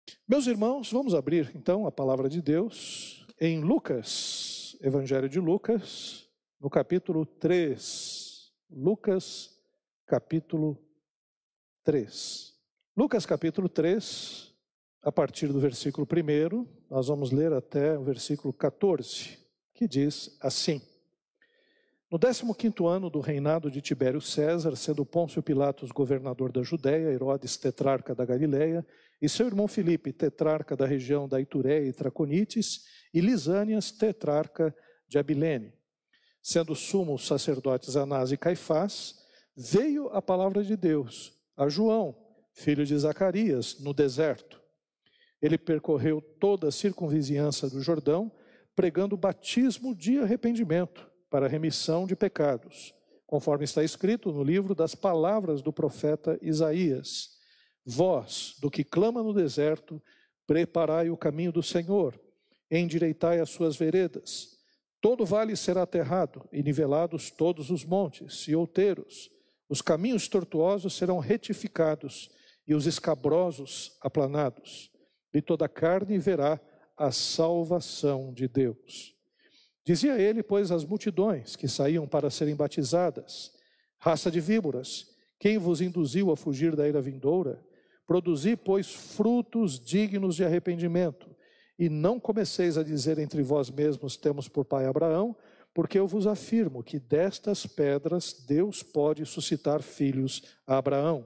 Meus irmãos, vamos abrir então a palavra de Deus em Lucas, Evangelho de Lucas, no capítulo 3. Lucas, capítulo 3. Lucas, capítulo 3, a partir do versículo 1, nós vamos ler até o versículo 14, que diz assim: No 15º ano do reinado de Tibério César, sendo Pôncio Pilatos governador da Judéia, Herodes tetrarca da Galileia, e seu irmão Filipe, tetrarca da região da Itureia e Traconites, e Lisânias, tetrarca de Abilene. Sendo sumos sacerdotes Anás e Caifás, veio a palavra de Deus a João, filho de Zacarias, no deserto. Ele percorreu toda a circunvizinhança do Jordão, pregando o batismo de arrependimento para a remissão de pecados, conforme está escrito no livro das palavras do profeta Isaías: Vós, do que clama no deserto, preparai o caminho do Senhor, endireitai as suas veredas. Todo vale será aterrado, e nivelados todos os montes e outeiros. Os caminhos tortuosos serão retificados, e os escabrosos aplanados. E toda a carne verá a salvação de Deus. Dizia ele, pois, às multidões que saíam para serem batizadas: Raça de víboras, quem vos induziu a fugir da ira vindoura? Produzi, pois, frutos dignos de arrependimento, e não comeceis a dizer entre vós mesmos: temos por pai Abraão, porque eu vos afirmo que destas pedras Deus pode suscitar filhos a Abraão.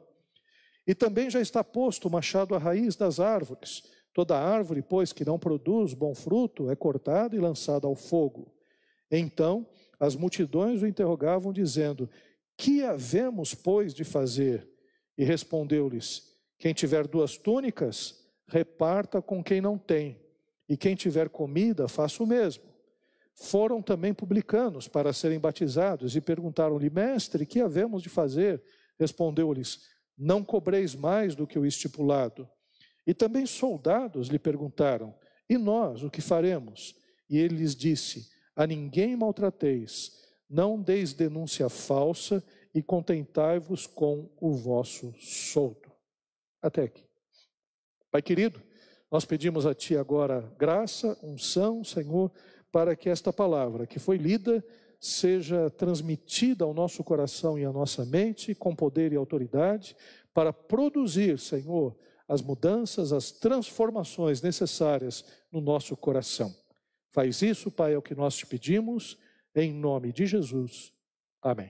E também já está posto o machado à raiz das árvores. Toda árvore, pois, que não produz bom fruto, é cortada e lançada ao fogo. Então as multidões o interrogavam, dizendo: Que havemos, pois, de fazer? E respondeu-lhes: Quem tiver 2 túnicas, reparta com quem não tem, e quem tiver comida, faça o mesmo. Foram também publicanos para serem batizados, e perguntaram-lhe: Mestre, que havemos de fazer? Respondeu-lhes: Não cobreis mais do que o estipulado. E também soldados lhe perguntaram: E nós, o que faremos? E ele lhes disse: A ninguém maltrateis, não deis denúncia falsa, e contentai-vos com o vosso soldo. Até aqui. Pai querido, nós pedimos a Ti agora graça, unção, Senhor, para que esta palavra que foi lida seja transmitida ao nosso coração e à nossa mente com poder e autoridade, para produzir, Senhor, as mudanças, as transformações necessárias no nosso coração. Faz isso, Pai, é o que nós te pedimos, em nome de Jesus. Amém.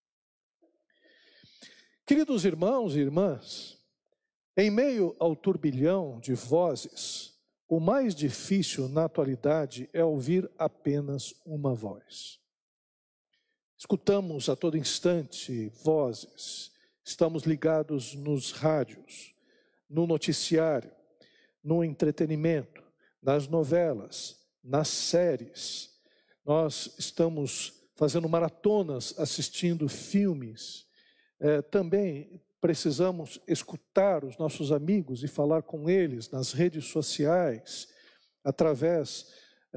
Queridos irmãos e irmãs, em meio ao turbilhão de vozes, o mais difícil na atualidade é ouvir apenas uma voz. Escutamos a todo instante vozes, estamos ligados nos rádios, no noticiário, no entretenimento, nas novelas, nas séries. Nós estamos fazendo maratonas, assistindo filmes. Também precisamos escutar os nossos amigos e falar com eles nas redes sociais, através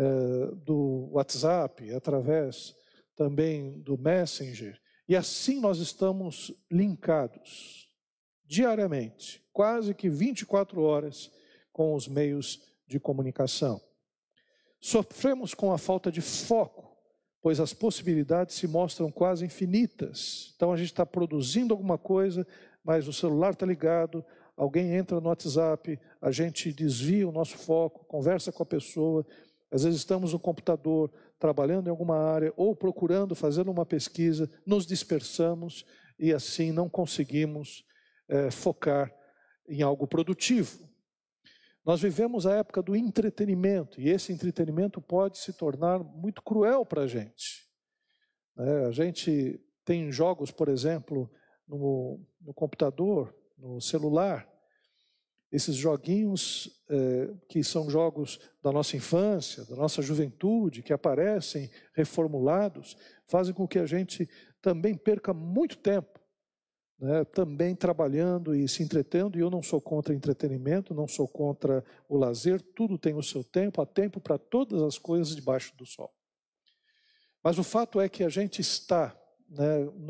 do WhatsApp, através também do Messenger. E assim nós estamos linkados diariamente, quase que 24 horas, com os meios de comunicação. Sofremos com a falta de foco, pois as possibilidades se mostram quase infinitas. Então a gente está produzindo alguma coisa, mas o celular está ligado, alguém entra no WhatsApp, a gente desvia o nosso foco, conversa com a pessoa, às vezes estamos no computador, trabalhando em alguma área, ou procurando, fazendo uma pesquisa, nos dispersamos e assim não conseguimos focar em algo produtivo. Nós vivemos a época do entretenimento, e esse entretenimento pode se tornar muito cruel para a gente. A gente tem jogos, por exemplo, no computador, no celular, esses joguinhos que são jogos da nossa infância, da nossa juventude, que aparecem reformulados, fazem com que a gente também perca muito tempo, também trabalhando e se entretendo. E eu não sou contra entretenimento, não sou contra o lazer, tudo tem o seu tempo, há tempo para todas as coisas debaixo do sol. Mas o fato é que a gente está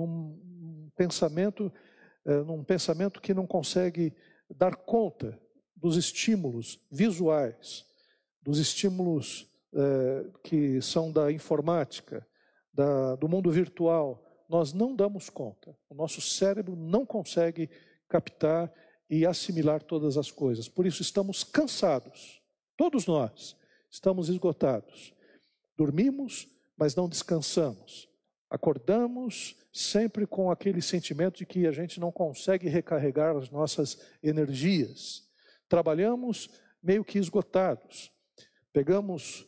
num pensamento que não consegue dar conta dos estímulos visuais, dos estímulos que são da informática, do mundo virtual, nós não damos conta. O nosso cérebro não consegue captar e assimilar todas as coisas. Por isso estamos cansados. Todos nós estamos esgotados. Dormimos, mas não descansamos. Acordamos sempre com aquele sentimento de que a gente não consegue recarregar as nossas energias. Trabalhamos meio que esgotados. Pegamos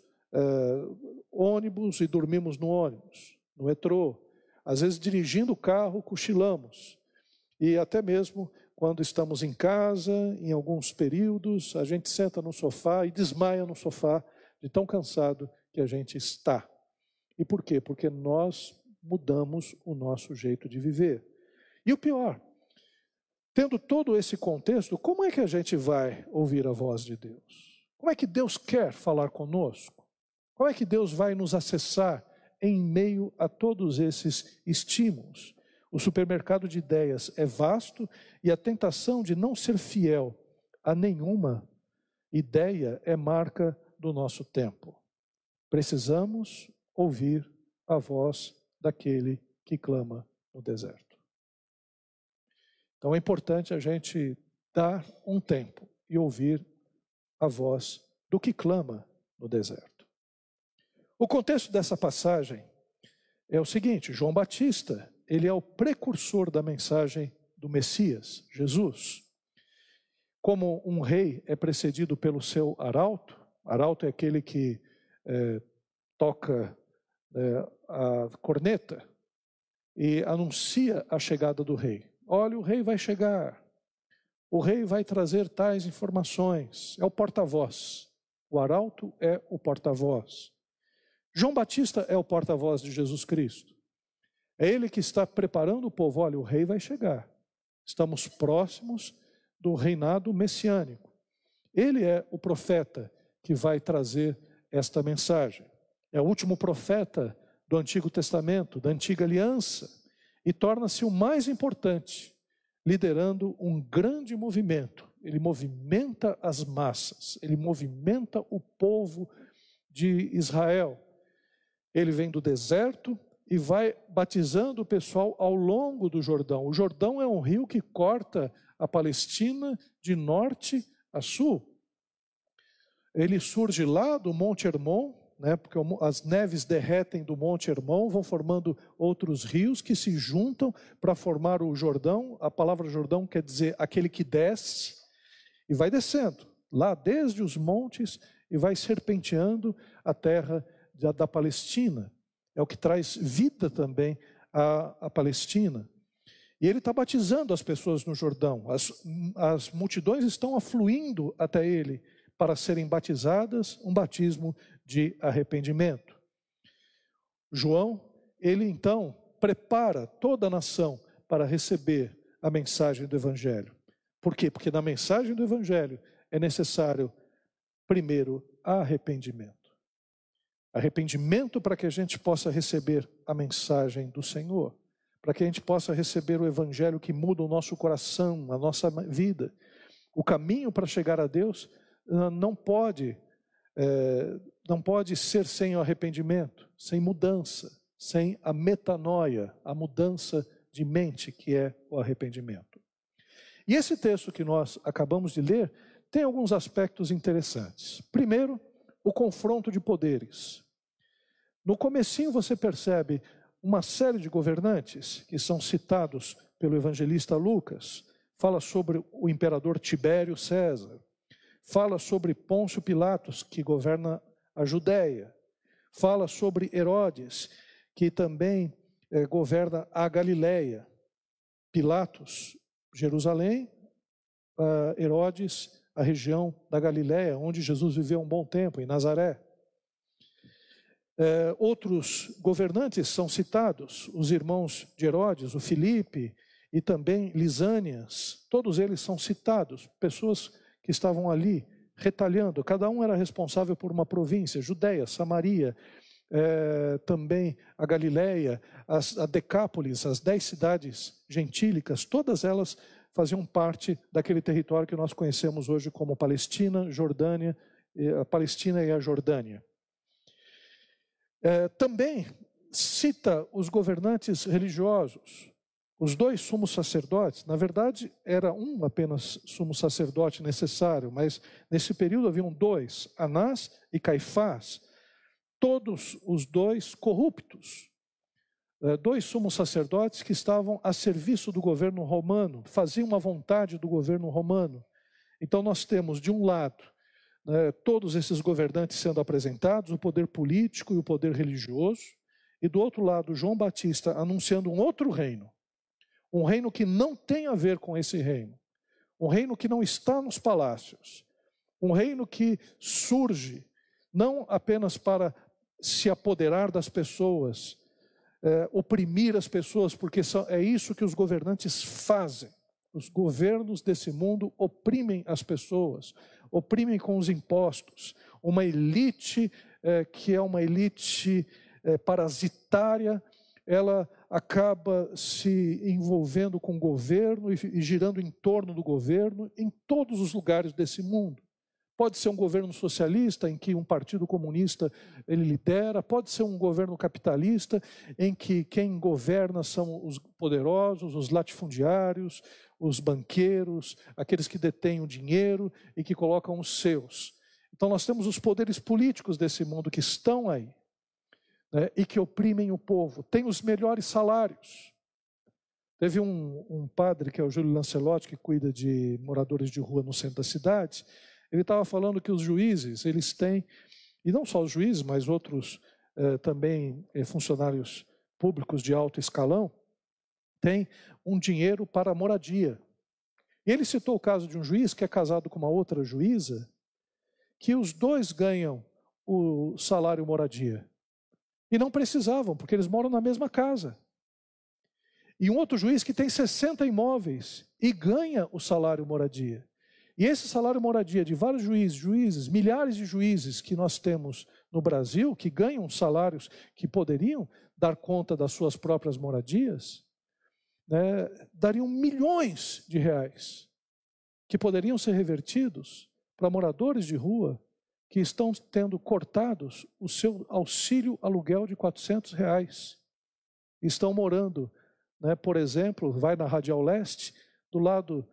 ônibus e dormimos no ônibus, no metrô. Às vezes, dirigindo o carro, cochilamos. E até mesmo quando estamos em casa, em alguns períodos, a gente senta no sofá e desmaia no sofá de tão cansado que a gente está. E por quê? Porque nós mudamos o nosso jeito de viver. E o pior, tendo todo esse contexto, como é que a gente vai ouvir a voz de Deus? Como é que Deus quer falar conosco? Como é que Deus vai nos acessar em meio a todos esses estímulos? O supermercado de ideias é vasto e a tentação de não ser fiel a nenhuma ideia é marca do nosso tempo. Precisamos ouvir a voz daquele que clama no deserto. Então é importante a gente dar um tempo e ouvir a voz do que clama no deserto. O contexto dessa passagem é o seguinte: João Batista, ele é o precursor da mensagem do Messias, Jesus. Como um rei é precedido pelo seu arauto é aquele que toca a corneta e anuncia a chegada do rei. Olha, o rei vai chegar, o rei vai trazer tais informações, é o porta-voz. O arauto é o porta-voz. João Batista é o porta-voz de Jesus Cristo. É ele que está preparando o povo. Olha, o rei vai chegar. Estamos próximos do reinado messiânico. Ele é o profeta que vai trazer esta mensagem. É o último profeta do Antigo Testamento, da Antiga Aliança, e torna-se o mais importante, liderando um grande movimento. Ele movimenta as massas, ele movimenta o povo de Israel. Ele vem do deserto e vai batizando o pessoal ao longo do Jordão. O Jordão é um rio que corta a Palestina de norte a sul. Ele surge lá do Monte Hermon, porque as neves derretem do Monte Hermon, vão formando outros rios que se juntam para formar o Jordão. A palavra Jordão quer dizer aquele que desce, e vai descendo, lá desde os montes, e vai serpenteando a terra da Palestina. É o que traz vida também à Palestina. E ele está batizando as pessoas no Jordão. As multidões estão afluindo até ele para serem batizadas, um batismo de arrependimento. João, ele então prepara toda a nação para receber a mensagem do Evangelho. Por quê? Porque na mensagem do Evangelho é necessário, primeiro, arrependimento. Arrependimento para que a gente possa receber a mensagem do Senhor, para que a gente possa receber o Evangelho que muda o nosso coração, a nossa vida. O caminho para chegar a Deus não pode ser sem o arrependimento, sem mudança, sem a metanoia, a mudança de mente que é o arrependimento. E esse texto que nós acabamos de ler tem alguns aspectos interessantes. Primeiro, o confronto de poderes. No comecinho você percebe uma série de governantes que são citados pelo evangelista Lucas. Fala sobre o imperador Tibério César. Fala sobre Pôncio Pilatos, que governa a Judéia. Fala sobre Herodes, que também governa a Galileia. Pilatos, Jerusalém, Herodes, a região da Galileia, onde Jesus viveu um bom tempo, em Nazaré. Outros governantes são citados, os irmãos de Herodes, o Filipe e também Lisânias, todos eles são citados, pessoas que estavam ali retalhando, cada um era responsável por uma província, Judeia, Samaria, também a Galileia, a Decápolis, as 10 cidades gentílicas, todas elas faziam parte daquele território que nós conhecemos hoje como Palestina, Jordânia, a Palestina e a Jordânia. Também cita os governantes religiosos, os 2 sumos sacerdotes. Na verdade, era um apenas sumo sacerdote necessário, mas nesse período haviam 2, Anás e Caifás, todos os 2 corruptos. 2 sumos sacerdotes que estavam a serviço do governo romano, faziam a vontade do governo romano. Então nós temos, de um lado, todos esses governantes sendo apresentados, o poder político e o poder religioso, e do outro lado, João Batista anunciando um outro reino, um reino que não tem a ver com esse reino, um reino que não está nos palácios, um reino que surge não apenas para se apoderar das pessoas, oprimir as pessoas, porque é isso que os governantes fazem. Os governos desse mundo oprimem as pessoas, oprimem com os impostos. Uma elite que é uma elite parasitária, ela acaba se envolvendo com o governo e girando em torno do governo em todos os lugares desse mundo. Pode ser um governo socialista, em que um partido comunista ele lidera, pode ser um governo capitalista, em que quem governa são os poderosos, os latifundiários, os banqueiros, aqueles que detêm o dinheiro e que colocam os seus. Então nós temos os poderes políticos desse mundo que estão aí, né, e que oprimem o povo, têm os melhores salários. Teve um padre, que é o Júlio Lancelotti, que cuida de moradores de rua no centro da cidade. Ele estava falando que os juízes, eles têm, e não só os juízes, mas outros também funcionários públicos de alto escalão, têm um dinheiro para moradia. E ele citou o caso de um juiz que é casado com uma outra juíza, que os 2 ganham o salário moradia. E não precisavam, porque eles moram na mesma casa. E um outro juiz que tem 60 imóveis e ganha o salário moradia. E esse salário moradia de vários juízes, milhares de juízes que nós temos no Brasil, que ganham salários que poderiam dar conta das suas próprias moradias, né, dariam milhões de reais, que poderiam ser revertidos para moradores de rua que estão tendo cortados o seu auxílio aluguel de R$400. Estão morando, né, por exemplo, vai na Radial Leste, do lado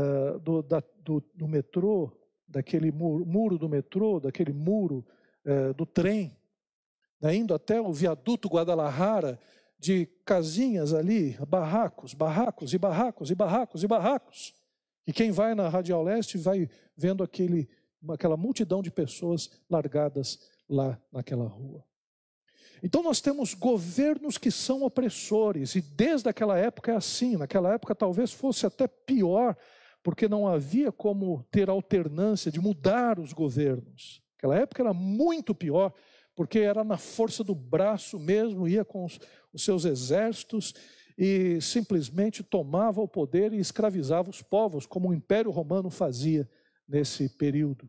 do metrô, daquele muro do metrô, daquele muro do trem, né, indo até o viaduto Guadalajara, de casinhas ali, barracos, barracos e barracos e barracos e barracos. E quem vai na Radial Leste vai vendo aquela multidão de pessoas largadas lá naquela rua. Então nós temos governos que são opressores, e desde aquela época é assim. Naquela época talvez fosse até pior, porque não havia como ter alternância de mudar os governos. Naquela época era muito pior, porque era na força do braço mesmo, ia com os seus exércitos e simplesmente tomava o poder e escravizava os povos, como o Império Romano fazia nesse período.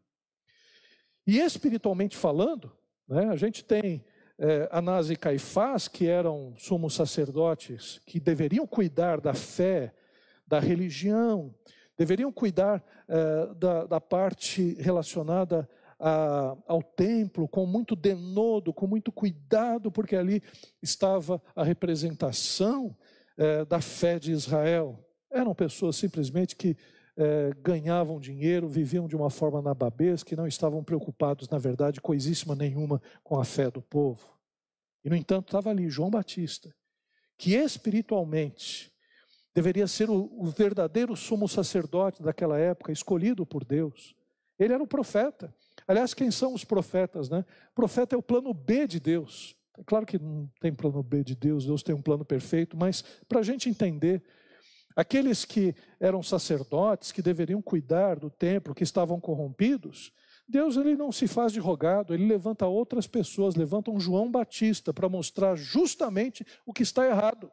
E espiritualmente falando, né, a gente tem Anás e Caifás, que eram sumos sacerdotes, que deveriam cuidar da fé, da religião, deveriam cuidar da parte relacionada ao templo, com muito denodo, com muito cuidado, porque ali estava a representação da fé de Israel. Eram pessoas simplesmente que ganhavam dinheiro, viviam de uma forma nababesca, que não estavam preocupados, na verdade, coisíssima nenhuma com a fé do povo. E, no entanto, estava ali João Batista, que espiritualmente deveria ser o verdadeiro sumo sacerdote daquela época, escolhido por Deus. Ele era o profeta. Aliás, quem são os profetas, né? O profeta é o plano B de Deus. É claro que não tem plano B de Deus, Deus tem um plano perfeito, mas para a gente entender, aqueles que eram sacerdotes, que deveriam cuidar do templo, que estavam corrompidos, Deus ele não se faz de rogado, ele levanta outras pessoas, levanta um João Batista para mostrar justamente o que está errado.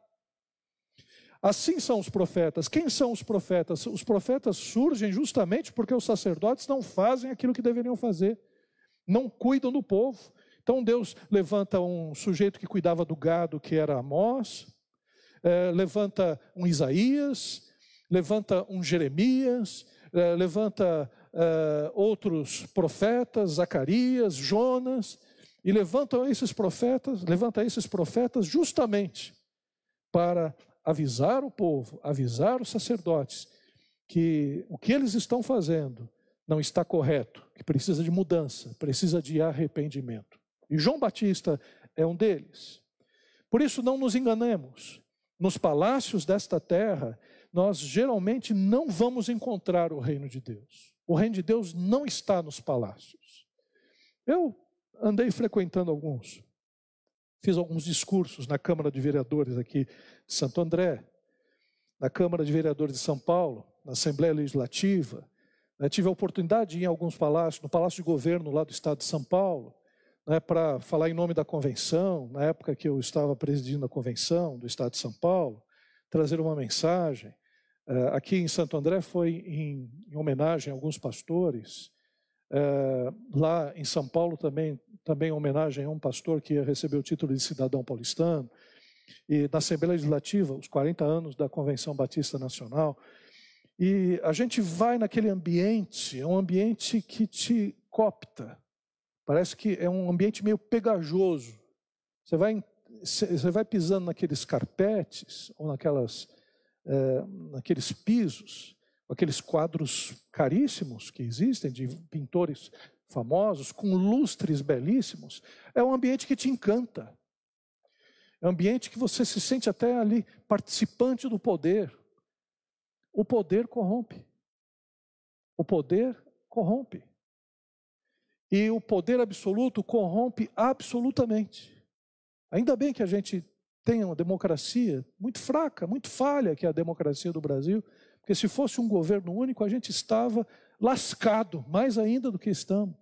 Assim são os profetas. Quem são os profetas? Os profetas surgem justamente porque os sacerdotes não fazem aquilo que deveriam fazer, não cuidam do povo. Então Deus levanta um sujeito que cuidava do gado, que era Amós, levanta um Isaías, levanta um Jeremias, levanta outros profetas, Zacarias, Jonas, e levanta esses profetas justamente para avisar o povo, avisar os sacerdotes que o que eles estão fazendo não está correto, que precisa de mudança, precisa de arrependimento. E João Batista é um deles. Por isso não nos enganemos, nos palácios desta terra, nós geralmente não vamos encontrar o reino de Deus. O reino de Deus não está nos palácios. Eu andei frequentando alguns. Fiz alguns discursos na Câmara de Vereadores aqui de Santo André, na Câmara de Vereadores de São Paulo, na Assembleia Legislativa. Tive a oportunidade de ir em alguns palácios, no Palácio de Governo lá do Estado de São Paulo, para falar em nome da convenção, na época que eu estava presidindo a convenção do Estado de São Paulo, trazer uma mensagem. Aqui em Santo André foi em homenagem a alguns pastores. Lá em São Paulo também em homenagem a um pastor que recebeu o título de cidadão paulistano. E na Assembleia Legislativa, os 40 anos da Convenção Batista Nacional. E a gente vai naquele ambiente, é um ambiente que te coopta. Parece que é um ambiente meio pegajoso. Você vai pisando naqueles carpetes ou naqueles pisos, aqueles quadros caríssimos que existem de pintores famosos, com lustres belíssimos. É um ambiente que te encanta. É um ambiente que você se sente até ali participante do poder. O poder corrompe. O poder corrompe. E o poder absoluto corrompe absolutamente. Ainda bem que a gente tem uma democracia muito fraca, muito falha, que é a democracia do Brasil, porque se fosse um governo único, a gente estava lascado, mais ainda do que estamos.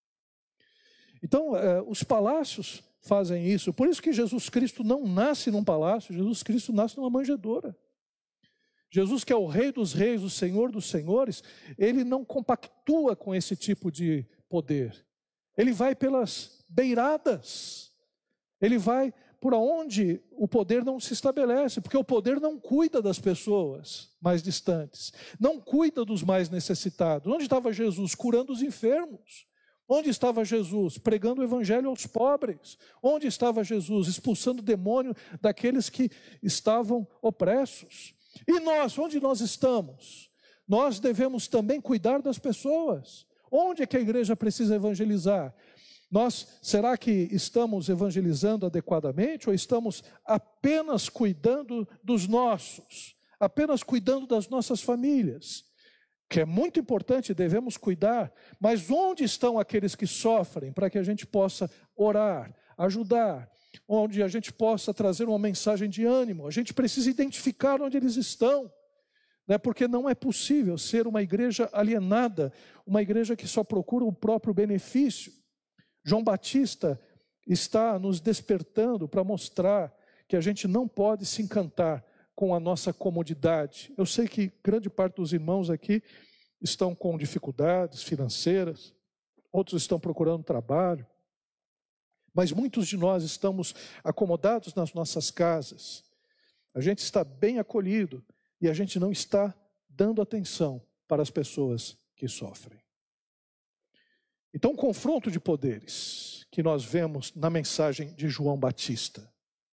Então, os palácios fazem isso. Por isso que Jesus Cristo não nasce num palácio, Jesus Cristo nasce numa manjedoura. Jesus, que é o Rei dos Reis, o Senhor dos Senhores, ele não compactua com esse tipo de poder. Ele vai pelas beiradas. Ele vai por onde o poder não se estabelece, porque o poder não cuida das pessoas mais distantes, não cuida dos mais necessitados. Onde estava Jesus? Curando os enfermos. Onde estava Jesus? Pregando o evangelho aos pobres. Onde estava Jesus? Expulsando o demônio daqueles que estavam opressos. E nós, onde nós estamos? Nós devemos também cuidar das pessoas. Onde é que a igreja precisa evangelizar? Será que estamos evangelizando adequadamente ou estamos apenas cuidando dos nossos? Apenas cuidando das nossas famílias? Que é muito importante, devemos cuidar, mas onde estão aqueles que sofrem para que a gente possa orar, ajudar, onde a gente possa trazer uma mensagem de ânimo? A gente precisa identificar onde eles estão, porque não é possível ser uma igreja alienada, uma igreja que só procura o próprio benefício. João Batista está nos despertando para mostrar que a gente não pode se encantar com a nossa comodidade. Eu sei que grande parte dos irmãos aqui estão com dificuldades financeiras, outros estão procurando trabalho, mas muitos de nós estamos acomodados nas nossas casas. A gente está bem acolhido e a gente não está dando atenção para as pessoas que sofrem. Então, o confronto de poderes que nós vemos na mensagem de João Batista.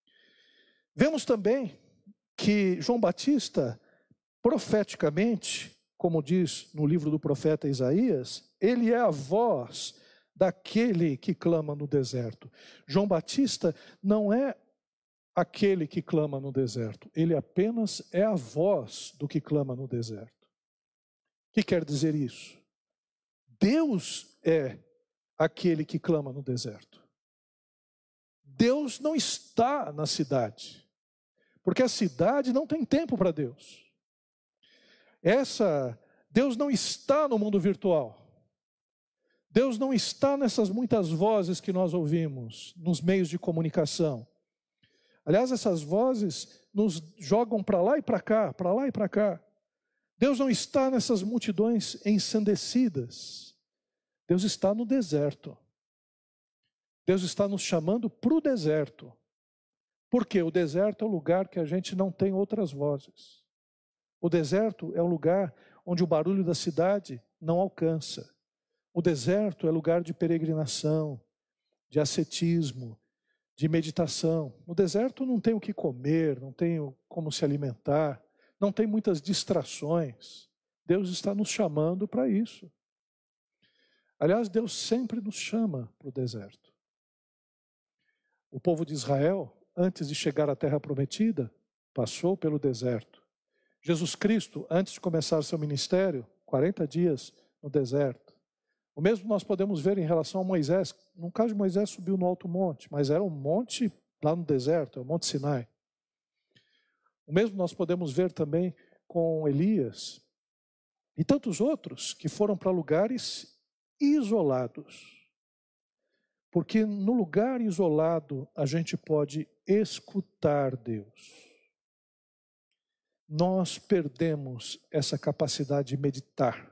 Vemos também que João Batista, profeticamente, como diz no livro do profeta Isaías, ele é a voz daquele que clama no deserto. João Batista não é aquele que clama no deserto, ele apenas é a voz do que clama no deserto. O que quer dizer isso? Deus é aquele que clama no deserto. Deus não está na cidade, porque a cidade não tem tempo para Deus. Deus não está no mundo virtual. Deus não está nessas muitas vozes que nós ouvimos nos meios de comunicação. Aliás, essas vozes nos jogam para lá e para cá, para lá e para cá. Deus não está nessas multidões ensandecidas. Deus está no deserto. Deus está nos chamando para o deserto. Porque o deserto é o lugar que a gente não tem outras vozes. O deserto é um lugar onde o barulho da cidade não alcança. O deserto é lugar de peregrinação, de ascetismo, de meditação. No deserto não tem o que comer, não tem como se alimentar, não tem muitas distrações. Deus está nos chamando para isso. Aliás, Deus sempre nos chama para o deserto. O povo de Israel, antes de chegar à terra prometida, passou pelo deserto. Jesus Cristo, antes de começar seu ministério, 40 dias no deserto. O mesmo nós podemos ver em relação a Moisés. No caso de Moisés, subiu no alto monte, mas era um monte lá no deserto, é o Monte Sinai. O mesmo nós podemos ver também com Elias e tantos outros que foram para lugares isolados. Porque no lugar isolado a gente pode escutar Deus. Nós perdemos essa capacidade de meditar.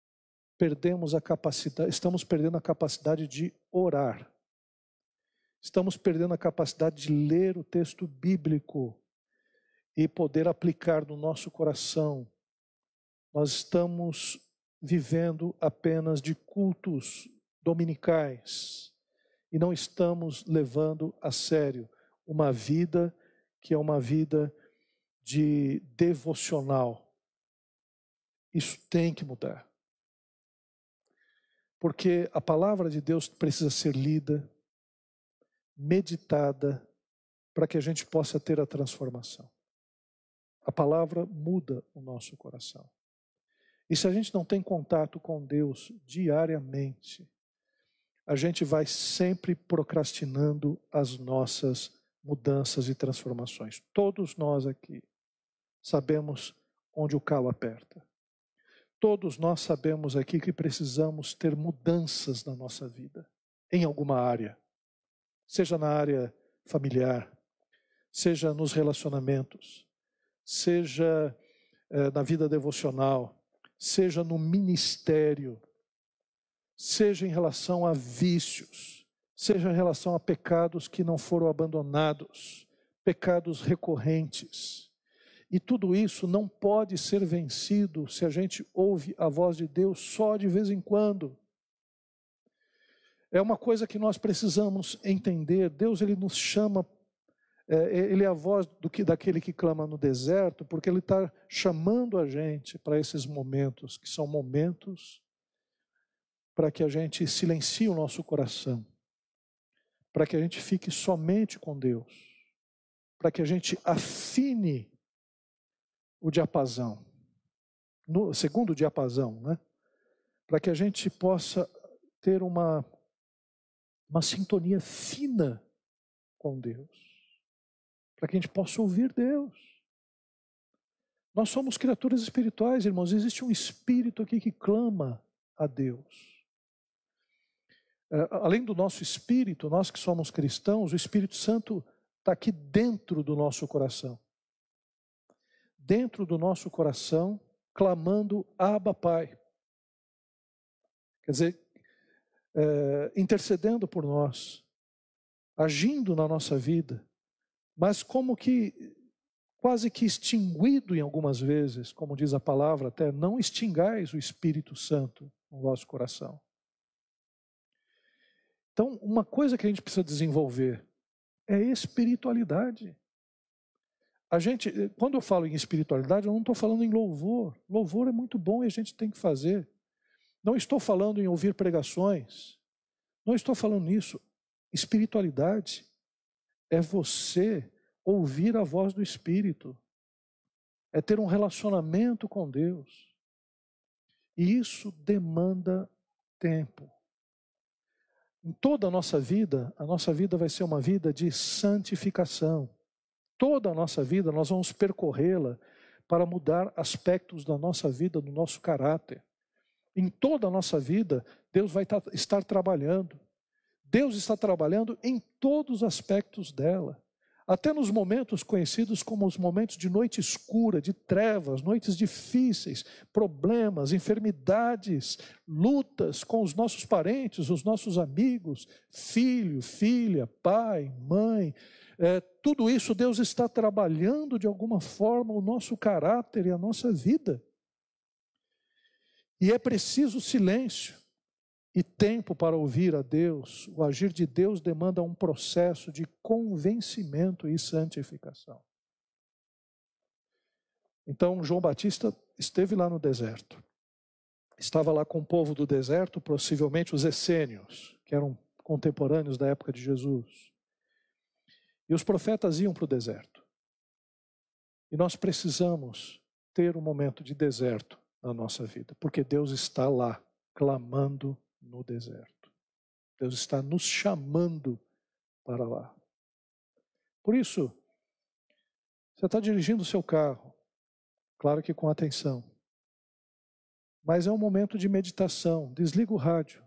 Estamos perdendo a capacidade de orar. Estamos perdendo a capacidade de ler o texto bíblico e poder aplicar no nosso coração. Nós estamos vivendo apenas de cultos dominicais e não estamos levando a sério uma vida que é uma vida de devocional. Isso tem que mudar. Porque a palavra de Deus precisa ser lida, meditada, para que a gente possa ter a transformação. A palavra muda o nosso coração. E se a gente não tem contato com Deus diariamente, a gente vai sempre procrastinando as nossas mudanças e transformações. Todos nós aqui sabemos onde o calo aperta. Todos nós sabemos aqui que precisamos ter mudanças na nossa vida, em alguma área. Seja na área familiar, seja nos relacionamentos, seja na vida devocional, seja no ministério, seja em relação a vícios, seja em relação a pecados que não foram abandonados, pecados recorrentes. E tudo isso não pode ser vencido se a gente ouve a voz de Deus só de vez em quando. É uma coisa que nós precisamos entender. Deus, Ele nos chama, Ele é a voz daquele que clama no deserto, porque Ele está chamando a gente para esses momentos, que são momentos para que a gente silencie o nosso coração, para que a gente fique somente com Deus, para que a gente afine o diapasão, segundo o diapasão, né? Para que a gente possa ter uma sintonia fina com Deus, para que a gente possa ouvir Deus. Nós somos criaturas espirituais, irmãos, existe um espírito aqui que clama a Deus. Além do nosso espírito, nós que somos cristãos, o Espírito Santo está aqui dentro do nosso coração. Dentro do nosso coração, clamando Abba, Pai. Quer dizer, intercedendo por nós, agindo na nossa vida, mas como que, quase que extinguido em algumas vezes, como diz a palavra até, não extingais o Espírito Santo no vosso coração. Então, uma coisa que a gente precisa desenvolver é espiritualidade. Quando eu falo em espiritualidade, eu não estou falando em louvor. Louvor é muito bom e a gente tem que fazer. Não estou falando em ouvir pregações. Não estou falando nisso. Espiritualidade é você ouvir a voz do Espírito. É ter um relacionamento com Deus. E isso demanda tempo. Em toda a nossa vida vai ser uma vida de santificação. Toda a nossa vida nós vamos percorrê-la para mudar aspectos da nossa vida, do nosso caráter. Em toda a nossa vida, Deus vai estar trabalhando. Deus está trabalhando em todos os aspectos dela. Até nos momentos conhecidos como os momentos de noite escura, de trevas, noites difíceis, problemas, enfermidades, lutas com os nossos parentes, os nossos amigos, filho, filha, pai, mãe, tudo isso Deus está trabalhando de alguma forma o nosso caráter e a nossa vida. E é preciso silêncio e tempo para ouvir a Deus. O agir de Deus demanda um processo de convencimento e santificação. Então João Batista esteve lá no deserto. Estava lá com o povo do deserto, possivelmente os essênios, que eram contemporâneos da época de Jesus. E os profetas iam para o deserto. E nós precisamos ter um momento de deserto na nossa vida, porque Deus está lá, clamando no deserto. Deus está nos chamando para lá. Por isso, você está dirigindo o seu carro, claro que com atenção, mas é um momento de meditação. Desliga o rádio.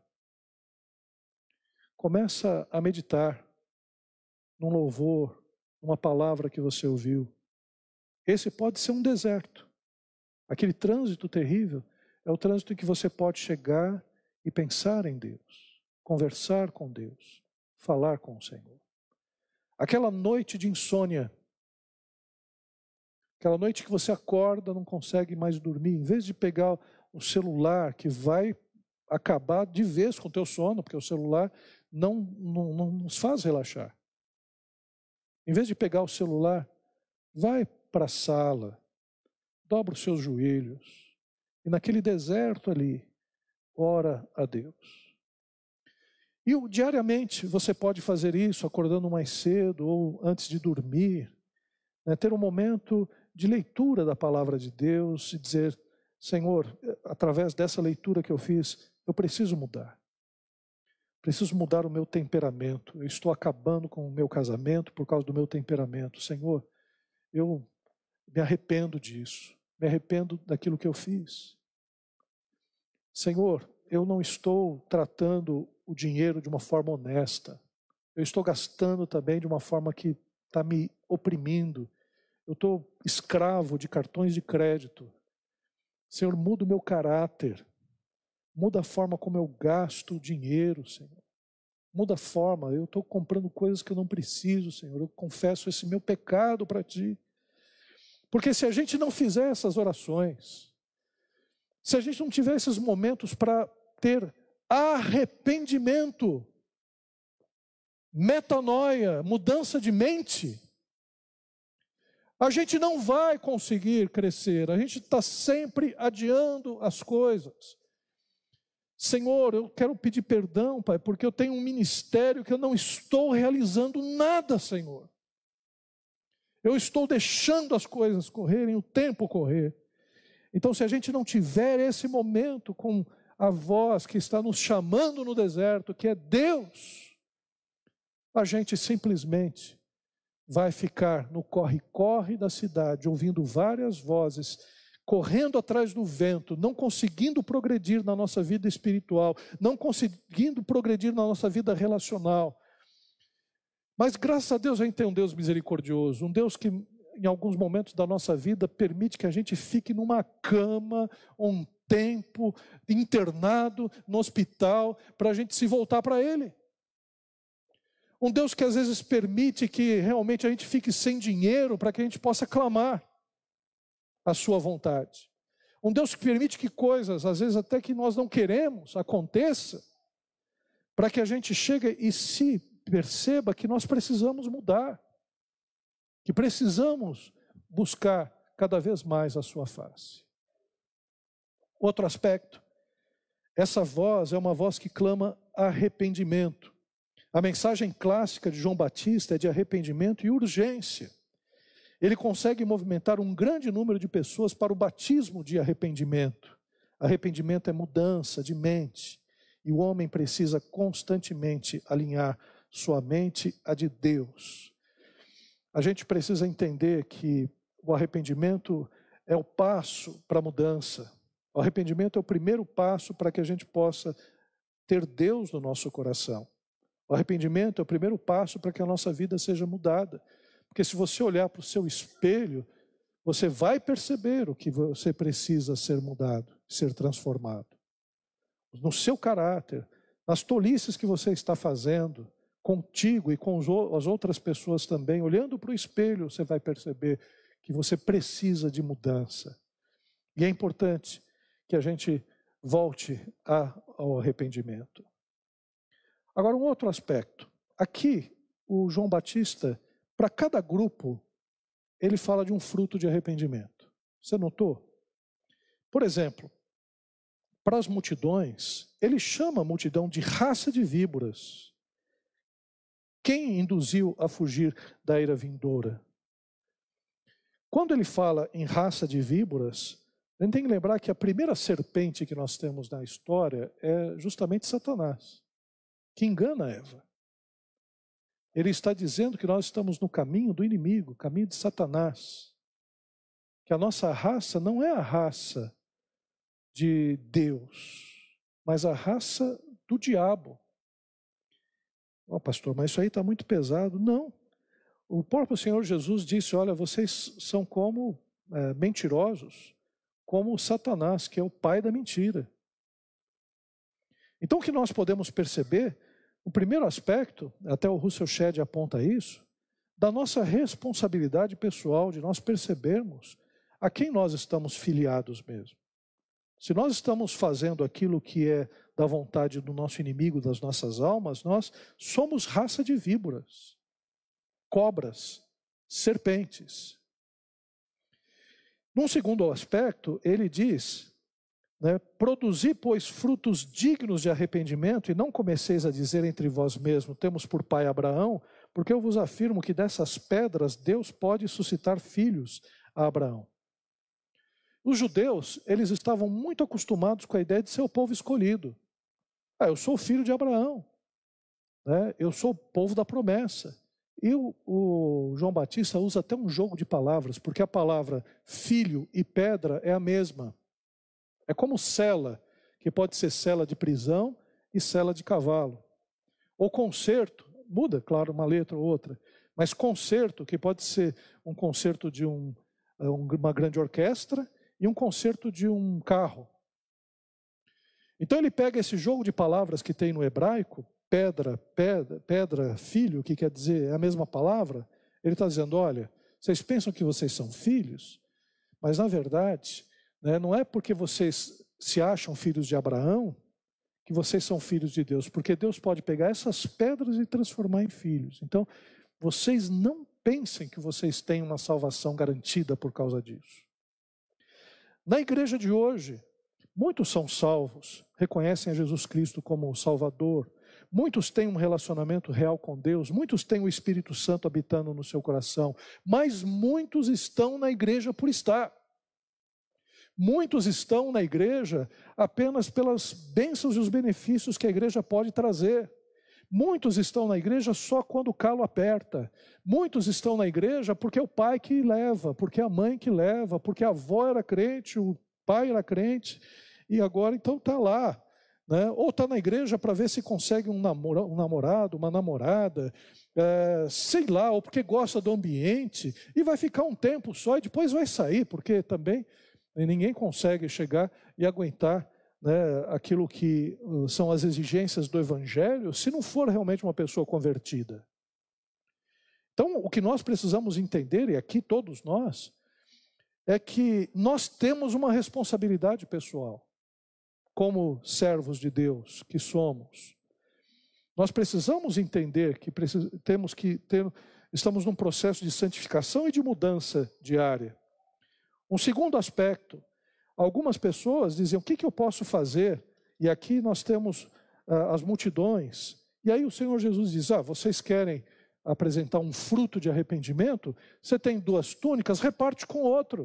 Começa a meditar num louvor, numa palavra que você ouviu. Esse pode ser um deserto. Aquele trânsito terrível é o trânsito em que você pode chegar e pensar em Deus, conversar com Deus, falar com o Senhor. Aquela noite de insônia, aquela noite que você acorda, não consegue mais dormir, em vez de pegar o celular, que vai acabar de vez com o teu sono, porque o celular não nos faz relaxar. Em vez de pegar o celular, vai para a sala, dobra os seus joelhos e naquele deserto ali, ora a Deus. E diariamente você pode fazer isso, acordando mais cedo ou antes de dormir, né, ter um momento de leitura da palavra de Deus e dizer: Senhor, através dessa leitura que eu fiz, eu preciso mudar. Preciso mudar o meu temperamento. Eu estou acabando com o meu casamento por causa do meu temperamento. Senhor, eu me arrependo disso. Me arrependo daquilo que eu fiz. Senhor, eu não estou tratando o dinheiro de uma forma honesta. Eu estou gastando também de uma forma que está me oprimindo. Eu estou escravo de cartões de crédito. Senhor, muda o meu caráter. Muda a forma como eu gasto o dinheiro, Senhor. Muda a forma. Eu estou comprando coisas que eu não preciso, Senhor. Eu confesso esse meu pecado para Ti. Porque se a gente não fizer essas orações, se a gente não tiver esses momentos para ter arrependimento, metanoia, mudança de mente, a gente não vai conseguir crescer. A gente está sempre adiando as coisas. Senhor, eu quero pedir perdão, Pai, porque eu tenho um ministério que eu não estou realizando nada, Senhor. Eu estou deixando as coisas correrem, o tempo correr. Então, se a gente não tiver esse momento com a voz que está nos chamando no deserto, que é Deus, a gente simplesmente vai ficar no corre-corre da cidade, ouvindo várias vozes, correndo atrás do vento, não conseguindo progredir na nossa vida espiritual, não conseguindo progredir na nossa vida relacional. Mas graças a Deus a gente tem um Deus misericordioso, um Deus que em alguns momentos da nossa vida permite que a gente fique numa cama, um tempo, internado no hospital, para a gente se voltar para Ele. Um Deus que às vezes permite que realmente a gente fique sem dinheiro para que a gente possa clamar a sua vontade. Um Deus que permite que coisas, às vezes até que nós não queremos, aconteça, para que a gente chegue e se perceba que nós precisamos mudar, que precisamos buscar cada vez mais a sua face. Outro aspecto, essa voz é uma voz que clama arrependimento. A mensagem clássica de João Batista é de arrependimento e urgência. Ele consegue movimentar um grande número de pessoas para o batismo de arrependimento. Arrependimento é mudança de mente. E o homem precisa constantemente alinhar sua mente à de Deus. A gente precisa entender que o arrependimento é o passo para a mudança. O arrependimento é o primeiro passo para que a gente possa ter Deus no nosso coração. O arrependimento é o primeiro passo para que a nossa vida seja mudada. Porque se você olhar para o seu espelho, você vai perceber o que você precisa ser mudado, ser transformado. No seu caráter, nas tolices que você está fazendo, contigo e com as outras pessoas também, olhando para o espelho, você vai perceber que você precisa de mudança. E é importante que a gente volte ao arrependimento. Agora, um outro aspecto. Aqui, o João Batista, para cada grupo, ele fala de um fruto de arrependimento. Você notou? Por exemplo, para as multidões, ele chama a multidão de raça de víboras. Quem induziu a fugir da ira vindoura? Quando ele fala em raça de víboras, a gente tem que lembrar que a primeira serpente que nós temos na história é justamente Satanás, que engana Eva. Ele está dizendo que nós estamos no caminho do inimigo, caminho de Satanás. Que a nossa raça não é a raça de Deus, mas a raça do diabo. Pastor, mas isso aí está muito pesado. Não. O próprio Senhor Jesus disse, olha, vocês são como mentirosos, como Satanás, que é o pai da mentira. Então o que nós podemos perceber, o primeiro aspecto, até o Russell Shedd aponta isso, da nossa responsabilidade pessoal, de nós percebermos a quem nós estamos filiados mesmo. Se nós estamos fazendo aquilo que é da vontade do nosso inimigo, das nossas almas, nós somos raça de víboras, cobras, serpentes. Num segundo aspecto, ele diz, produzi, pois, frutos dignos de arrependimento, e não comeceis a dizer entre vós mesmos, temos por pai Abraão, porque eu vos afirmo que dessas pedras Deus pode suscitar filhos a Abraão. Os judeus, eles estavam muito acostumados com a ideia de ser o povo escolhido. Eu sou filho de Abraão, eu sou o povo da promessa. E o João Batista usa até um jogo de palavras, porque a palavra filho e pedra é a mesma. É como cela, que pode ser cela de prisão e cela de cavalo. Ou concerto, muda, claro, uma letra ou outra, mas concerto, que pode ser um concerto de uma grande orquestra e um concerto de um carro. Então ele pega esse jogo de palavras que tem no hebraico, pedra, filho, que quer dizer é a mesma palavra, ele está dizendo, olha, vocês pensam que vocês são filhos, mas na verdade, não é porque vocês se acham filhos de Abraão, que vocês são filhos de Deus, porque Deus pode pegar essas pedras e transformar em filhos. Então, vocês não pensem que vocês têm uma salvação garantida por causa disso. Na igreja de hoje, muitos são salvos, reconhecem a Jesus Cristo como o Salvador, muitos têm um relacionamento real com Deus, muitos têm o Espírito Santo habitando no seu coração, mas muitos estão na igreja por estar. Muitos estão na igreja apenas pelas bênçãos e os benefícios que a igreja pode trazer. Muitos estão na igreja só quando o calo aperta. Muitos estão na igreja porque é o pai que leva, porque é a mãe que leva, porque a avó era crente, o pai era crente, e agora então está lá. Ou está na igreja para ver se consegue um namorado, uma namorada, sei lá, ou porque gosta do ambiente, e vai ficar um tempo só e depois vai sair, porque também ninguém consegue chegar e aguentar aquilo que são as exigências do Evangelho, se não for realmente uma pessoa convertida. Então, o que nós precisamos entender, e aqui todos nós, é que nós temos uma responsabilidade pessoal, como servos de Deus que somos. Nós precisamos entender que estamos num processo de santificação e de mudança diária. Um segundo aspecto, algumas pessoas dizem, o que eu posso fazer? E aqui nós temos as multidões. E aí o Senhor Jesus diz, vocês querem apresentar um fruto de arrependimento? Você tem 2 túnicas, reparte com outro.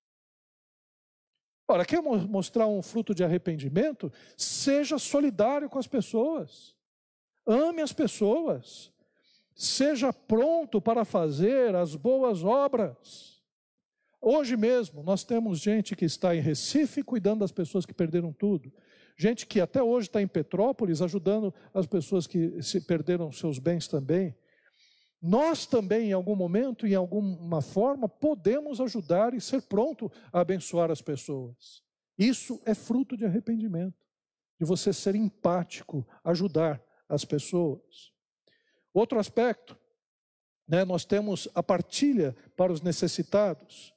Ora, quer mostrar um fruto de arrependimento? Seja solidário com as pessoas. Ame as pessoas. Seja pronto para fazer as boas obras. Hoje mesmo, nós temos gente que está em Recife cuidando das pessoas que perderam tudo. Gente que até hoje está em Petrópolis ajudando as pessoas que se perderam seus bens também. Nós também, em algum momento, em alguma forma, podemos ajudar e ser pronto a abençoar as pessoas. Isso é fruto de arrependimento, de você ser empático, ajudar as pessoas. Outro aspecto, né, nós temos a partilha para os necessitados.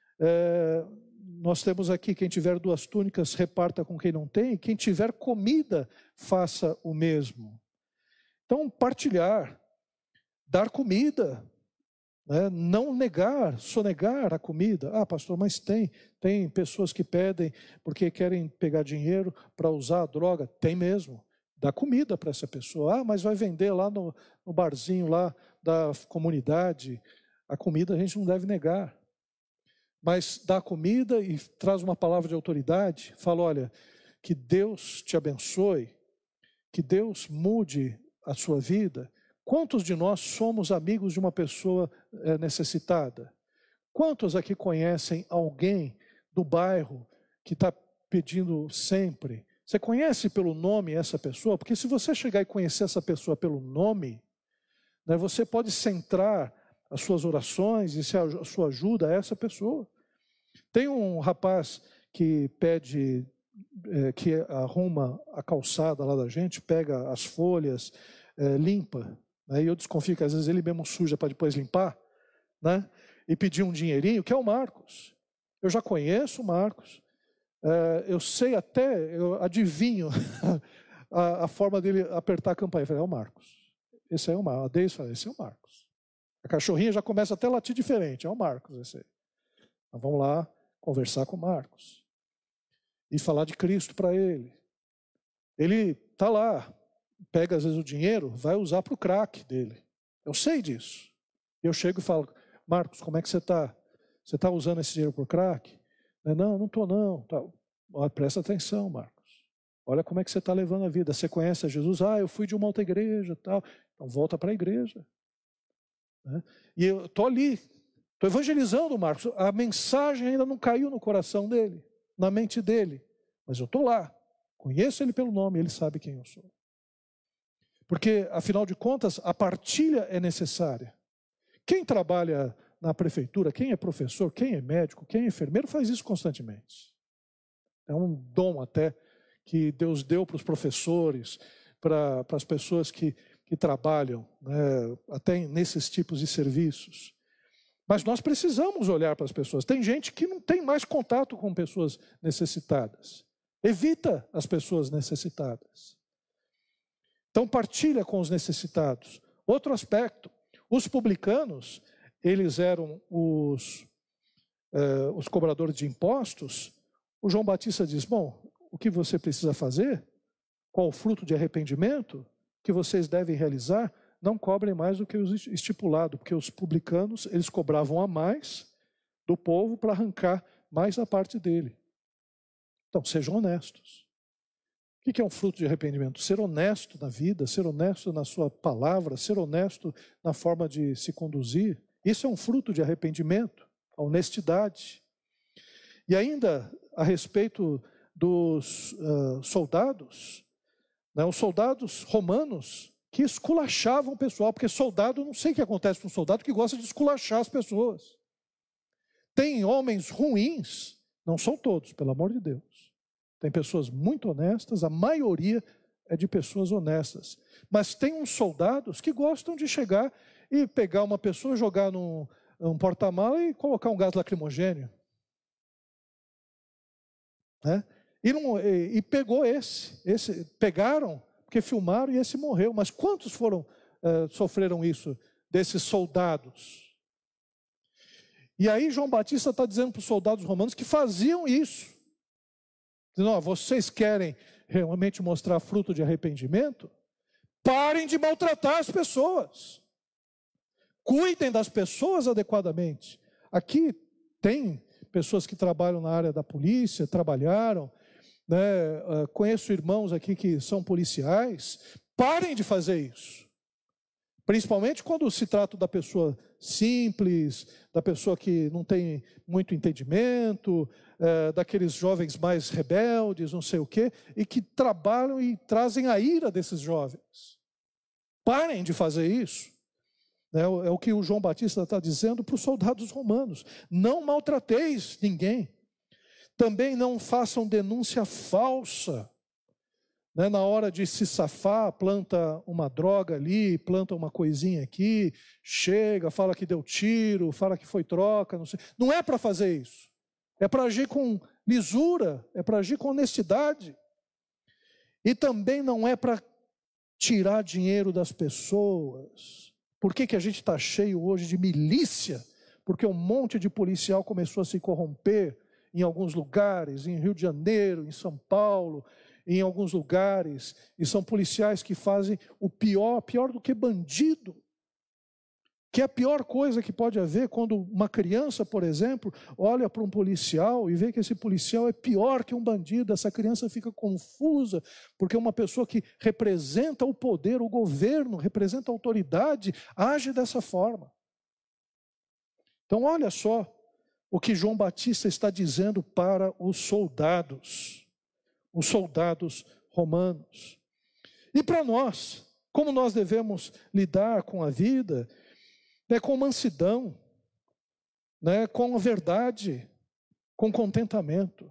Nós temos aqui, quem tiver 2 túnicas, reparta com quem não tem. Quem tiver comida, faça o mesmo. Então, partilhar, dar comida, né, não negar, sonegar a comida. Ah, pastor, mas tem pessoas que pedem porque querem pegar dinheiro para usar a droga. Tem mesmo. Dá comida para essa pessoa. Ah, mas vai vender lá no barzinho lá da comunidade. A comida a gente não deve negar. Mas dá comida e traz uma palavra de autoridade. Fala, olha, que Deus te abençoe, que Deus mude a sua vida. Quantos de nós somos amigos de uma pessoa necessitada? Quantos aqui conhecem alguém do bairro que está pedindo sempre? Você conhece pelo nome essa pessoa? Porque se você chegar e conhecer essa pessoa pelo nome, né, você pode centrar as suas orações e a sua ajuda a essa pessoa. Tem um rapaz que pede, que arruma a calçada lá da gente, pega as folhas, limpa, né, e eu desconfio que às vezes ele mesmo suja para depois limpar, né, e pedir um dinheirinho, que é o Marcos. Eu já conheço o Marcos. Eu sei até, eu adivinho a forma dele apertar a campainha. Eu falei, é o Marcos. Esse aí é o Marcos. A Deise fala, esse é o Marcos. A cachorrinha já começa até a latir diferente. É o Marcos esse aí. Então, vamos lá conversar com o Marcos. E falar de Cristo para ele. Ele está lá, pega às vezes o dinheiro, vai usar para o crack dele. Eu sei disso. Eu chego e falo, Marcos, como é que você está? Você está usando esse dinheiro para o crack? Não estou não. Tá. Olha, presta atenção, Marcos. Olha como é que você está levando a vida. Você conhece a Jesus? Ah, eu fui de uma outra igreja. Tal. Então volta para a igreja. Né? E eu estou ali, estou evangelizando o Marcos. A mensagem ainda não caiu no coração dele, na mente dele. Mas eu estou lá. Conheço ele pelo nome, ele sabe quem eu sou. Porque, afinal de contas, a partilha é necessária. Quem trabalha na prefeitura, quem é professor, quem é médico, quem é enfermeiro, faz isso constantemente. É um dom até que Deus deu para os professores, para as pessoas que trabalham, né, até nesses tipos de serviços. Mas nós precisamos olhar para as pessoas. Tem gente que não tem mais contato com pessoas necessitadas. Evita as pessoas necessitadas. Então partilha com os necessitados. Outro aspecto, os publicanos, eles eram os cobradores de impostos. O João Batista diz, bom, o que você precisa fazer? Qual o fruto de arrependimento que vocês devem realizar? Não cobrem mais do que o estipulado, porque os publicanos, eles cobravam a mais do povo para arrancar mais da parte dele. Então, sejam honestos. O que é um fruto de arrependimento? Ser honesto na vida, ser honesto na sua palavra, ser honesto na forma de se conduzir. Isso é um fruto de arrependimento, a honestidade. E ainda a respeito dos soldados, né, os soldados romanos que esculachavam o pessoal, porque soldado, não sei o que acontece com um soldado que gosta de esculachar as pessoas. Tem homens ruins, não são todos, pelo amor de Deus. Tem pessoas muito honestas, a maioria é de pessoas honestas. Mas tem uns soldados que gostam de chegar e pegar uma pessoa, jogar num porta-mala e colocar um gás lacrimogêneo. Né? E pegou esse. Pegaram, porque filmaram e esse morreu. Mas quantos sofreram isso desses soldados? E aí João Batista está dizendo para os soldados romanos que faziam isso. Dizendo, vocês querem realmente mostrar fruto de arrependimento? Parem de maltratar as pessoas. Cuidem das pessoas adequadamente. Aqui tem pessoas que trabalham na área da polícia, trabalharam, né? Conheço irmãos aqui que são policiais. Parem de fazer isso. Principalmente quando se trata da pessoa simples, da pessoa que não tem muito entendimento, daqueles jovens mais rebeldes, não sei o quê, e que trabalham e trazem a ira desses jovens. Parem de fazer isso. É o que o João Batista está dizendo para os soldados romanos. Não maltrateis ninguém. Também não façam denúncia falsa. né? Na hora de se safar, planta uma droga ali, planta uma coisinha aqui, chega, fala que deu tiro, fala que foi troca, não sei. Não é para fazer isso. É para agir com lisura, é para agir com honestidade. E também não é para tirar dinheiro das pessoas. Por que a gente está cheio hoje de milícia? Porque um monte de policial começou a se corromper em alguns lugares, em Rio de Janeiro, em São Paulo, em alguns lugares, e são policiais que fazem o pior do que bandido. Que é a pior coisa que pode haver quando uma criança, por exemplo, olha para um policial e vê que esse policial é pior que um bandido. Essa criança fica confusa, porque uma pessoa que representa o poder, o governo, representa a autoridade, age dessa forma. Então olha só o que João Batista está dizendo para os soldados romanos. E para nós, como nós devemos lidar com a vida? Com mansidão, com a verdade, com contentamento.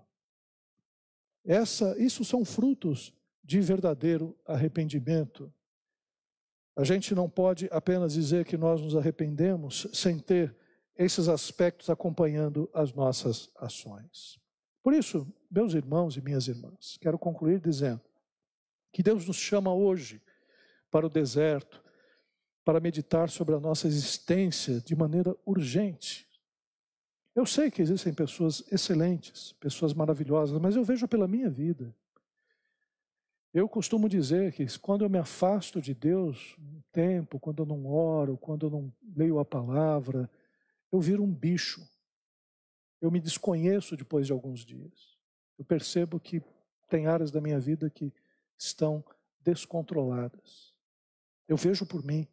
Isso são frutos de verdadeiro arrependimento. A gente não pode apenas dizer que nós nos arrependemos sem ter esses aspectos acompanhando as nossas ações. Por isso, meus irmãos e minhas irmãs, quero concluir dizendo que Deus nos chama hoje para o deserto, para meditar sobre a nossa existência de maneira urgente. Eu sei que existem pessoas excelentes, pessoas maravilhosas, mas eu vejo pela minha vida. Eu costumo dizer que quando eu me afasto de Deus um tempo, quando eu não oro, quando eu não leio a palavra, eu viro um bicho. Eu me desconheço depois de alguns dias. Eu percebo que tem áreas da minha vida que estão descontroladas. Eu vejo por mim.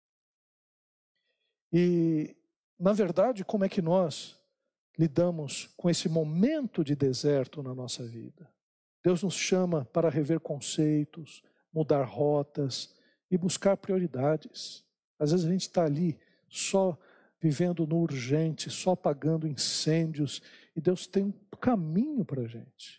E, na verdade, como é que nós lidamos com esse momento de deserto na nossa vida? Deus nos chama para rever conceitos, mudar rotas e buscar prioridades. Às vezes a gente está ali só vivendo no urgente, só apagando incêndios, e Deus tem um caminho para a gente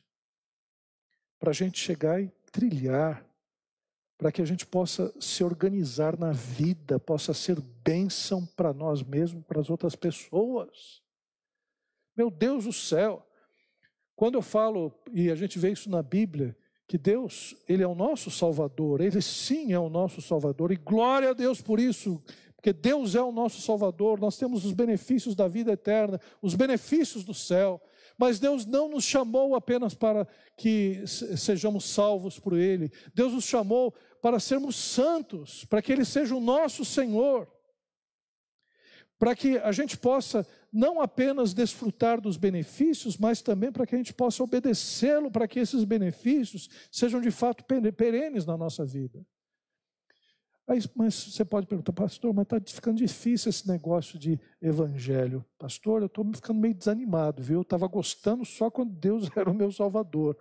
chegar e trilhar, para que a gente possa se organizar na vida, possa ser bênção para nós mesmos, para as outras pessoas. Meu Deus do céu, quando eu falo, e a gente vê isso na Bíblia, que Deus, Ele é o nosso Salvador, Ele sim é o nosso Salvador, e glória a Deus por isso, porque Deus é o nosso Salvador, nós temos os benefícios da vida eterna, os benefícios do céu, mas Deus não nos chamou apenas para que sejamos salvos por Ele. Deus nos chamou para sermos santos, para que Ele seja o nosso Senhor. Para que a gente possa não apenas desfrutar dos benefícios, mas também para que a gente possa obedecê-lo, para que esses benefícios sejam de fato perenes na nossa vida. Mas você pode perguntar, pastor, mas está ficando difícil esse negócio de evangelho. Pastor, eu estou ficando meio desanimado, viu? Eu estava gostando só quando Deus era o meu Salvador.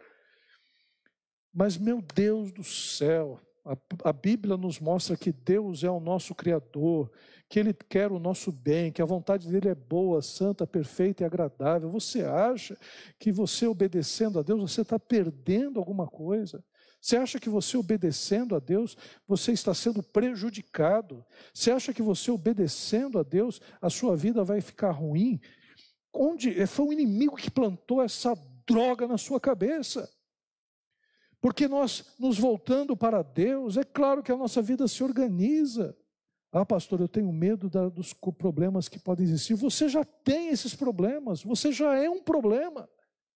Mas, meu Deus do céu, a Bíblia nos mostra que Deus é o nosso Criador, que Ele quer o nosso bem, que a vontade dEle é boa, santa, perfeita e agradável. Você acha que você obedecendo a Deus, você está perdendo alguma coisa? Você acha que você obedecendo a Deus, você está sendo prejudicado? Você acha que você obedecendo a Deus, a sua vida vai ficar ruim? Foi o inimigo que plantou essa droga na sua cabeça. Porque nós nos voltando para Deus, é claro que a nossa vida se organiza. Ah, pastor, eu tenho medo dos problemas que podem existir. Você já tem esses problemas, você já é um problema.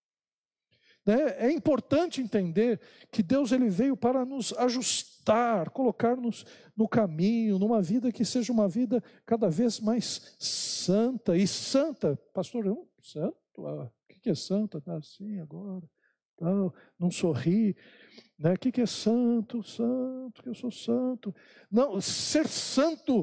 É importante entender que Deus ele veio para nos ajustar, colocar-nos no caminho, numa vida que seja uma vida cada vez mais santa. E santa, pastor, santo? O que é santa? Está assim agora, não sorri. O que é santo? Santo, que eu sou santo. Não, ser santo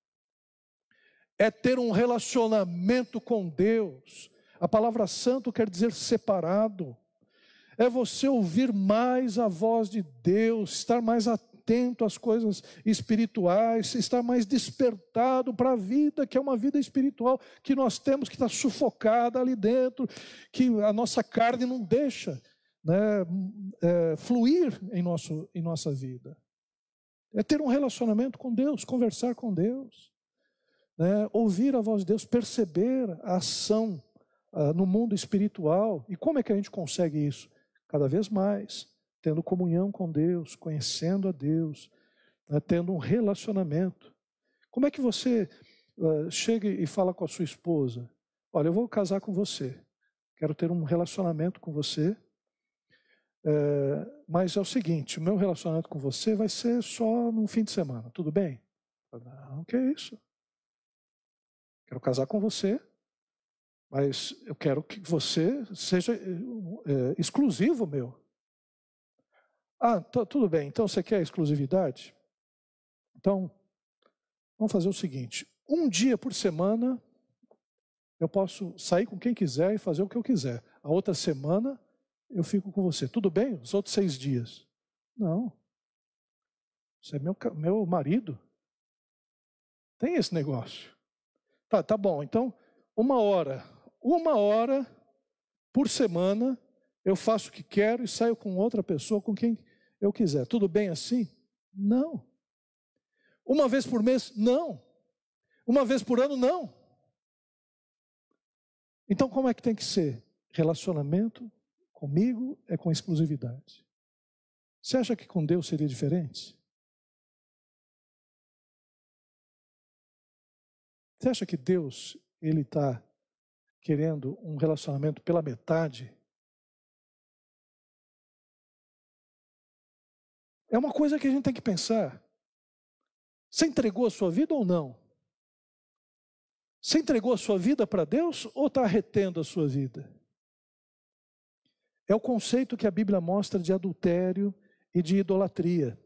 é ter um relacionamento com Deus. A palavra santo quer dizer separado. É você ouvir mais a voz de Deus, estar mais atento às coisas espirituais, estar mais despertado para a vida, que é uma vida espiritual que nós temos, que está sufocada ali dentro, que a nossa carne não deixa. né, fluir em nossa vida. É ter um relacionamento com Deus, conversar com Deus, né, ouvir a voz de Deus, perceber a ação no mundo espiritual. E como é que a gente consegue isso? Cada vez mais, tendo comunhão com Deus, conhecendo a Deus, né, tendo um relacionamento. Como é que você chega e fala com a sua esposa: olha, eu vou casar com você, quero ter um relacionamento com você, mas é o seguinte, o meu relacionamento com você vai ser só no fim de semana, tudo bem? Não, que é isso? Quero casar com você, mas eu quero que você seja exclusivo meu. Ah, tudo bem, então você quer exclusividade? Então, vamos fazer o seguinte, um dia por semana eu posso sair com quem quiser e fazer o que eu quiser. A outra semana eu fico com você. Tudo bem? Os outros 6 dias. Não. Você é meu marido. Tem esse negócio. Tá bom. Então, uma hora por semana eu faço o que quero e saio com outra pessoa, com quem eu quiser. Tudo bem assim? Não. Uma vez por mês? Não. Uma vez por ano? Não. Então, como é que tem que ser? Relacionamento comigo é com exclusividade. Você acha que com Deus seria diferente? Você acha que Deus, Ele está querendo um relacionamento pela metade? É uma coisa que a gente tem que pensar. Você entregou a sua vida ou não? Você entregou a sua vida para Deus ou está retendo a sua vida? É o conceito que a Bíblia mostra de adultério e de idolatria.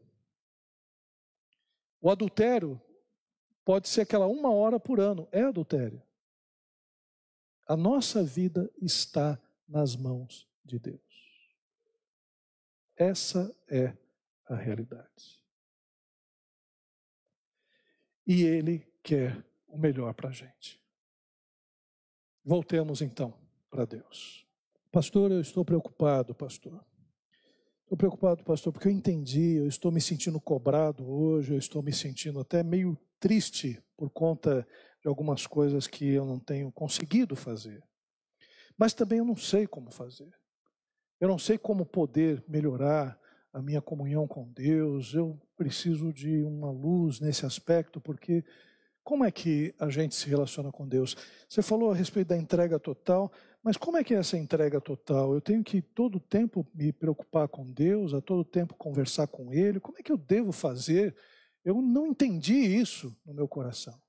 O adultério pode ser aquela 1 hora por ano, é adultério. A nossa vida está nas mãos de Deus. Essa é a realidade. E Ele quer o melhor para a gente. Voltemos então para Deus. Pastor, eu estou preocupado, pastor. Estou preocupado, pastor, porque eu entendi, eu estou me sentindo cobrado hoje, eu estou me sentindo até meio triste por conta de algumas coisas que eu não tenho conseguido fazer. Mas também eu não sei como fazer. Eu não sei como poder melhorar a minha comunhão com Deus. Eu preciso de uma luz nesse aspecto, porque como é que a gente se relaciona com Deus? Você falou a respeito da entrega total, mas como é que é essa entrega total? Eu tenho que todo tempo me preocupar com Deus, a todo tempo conversar com Ele. Como é que eu devo fazer? Eu não entendi isso no meu coração.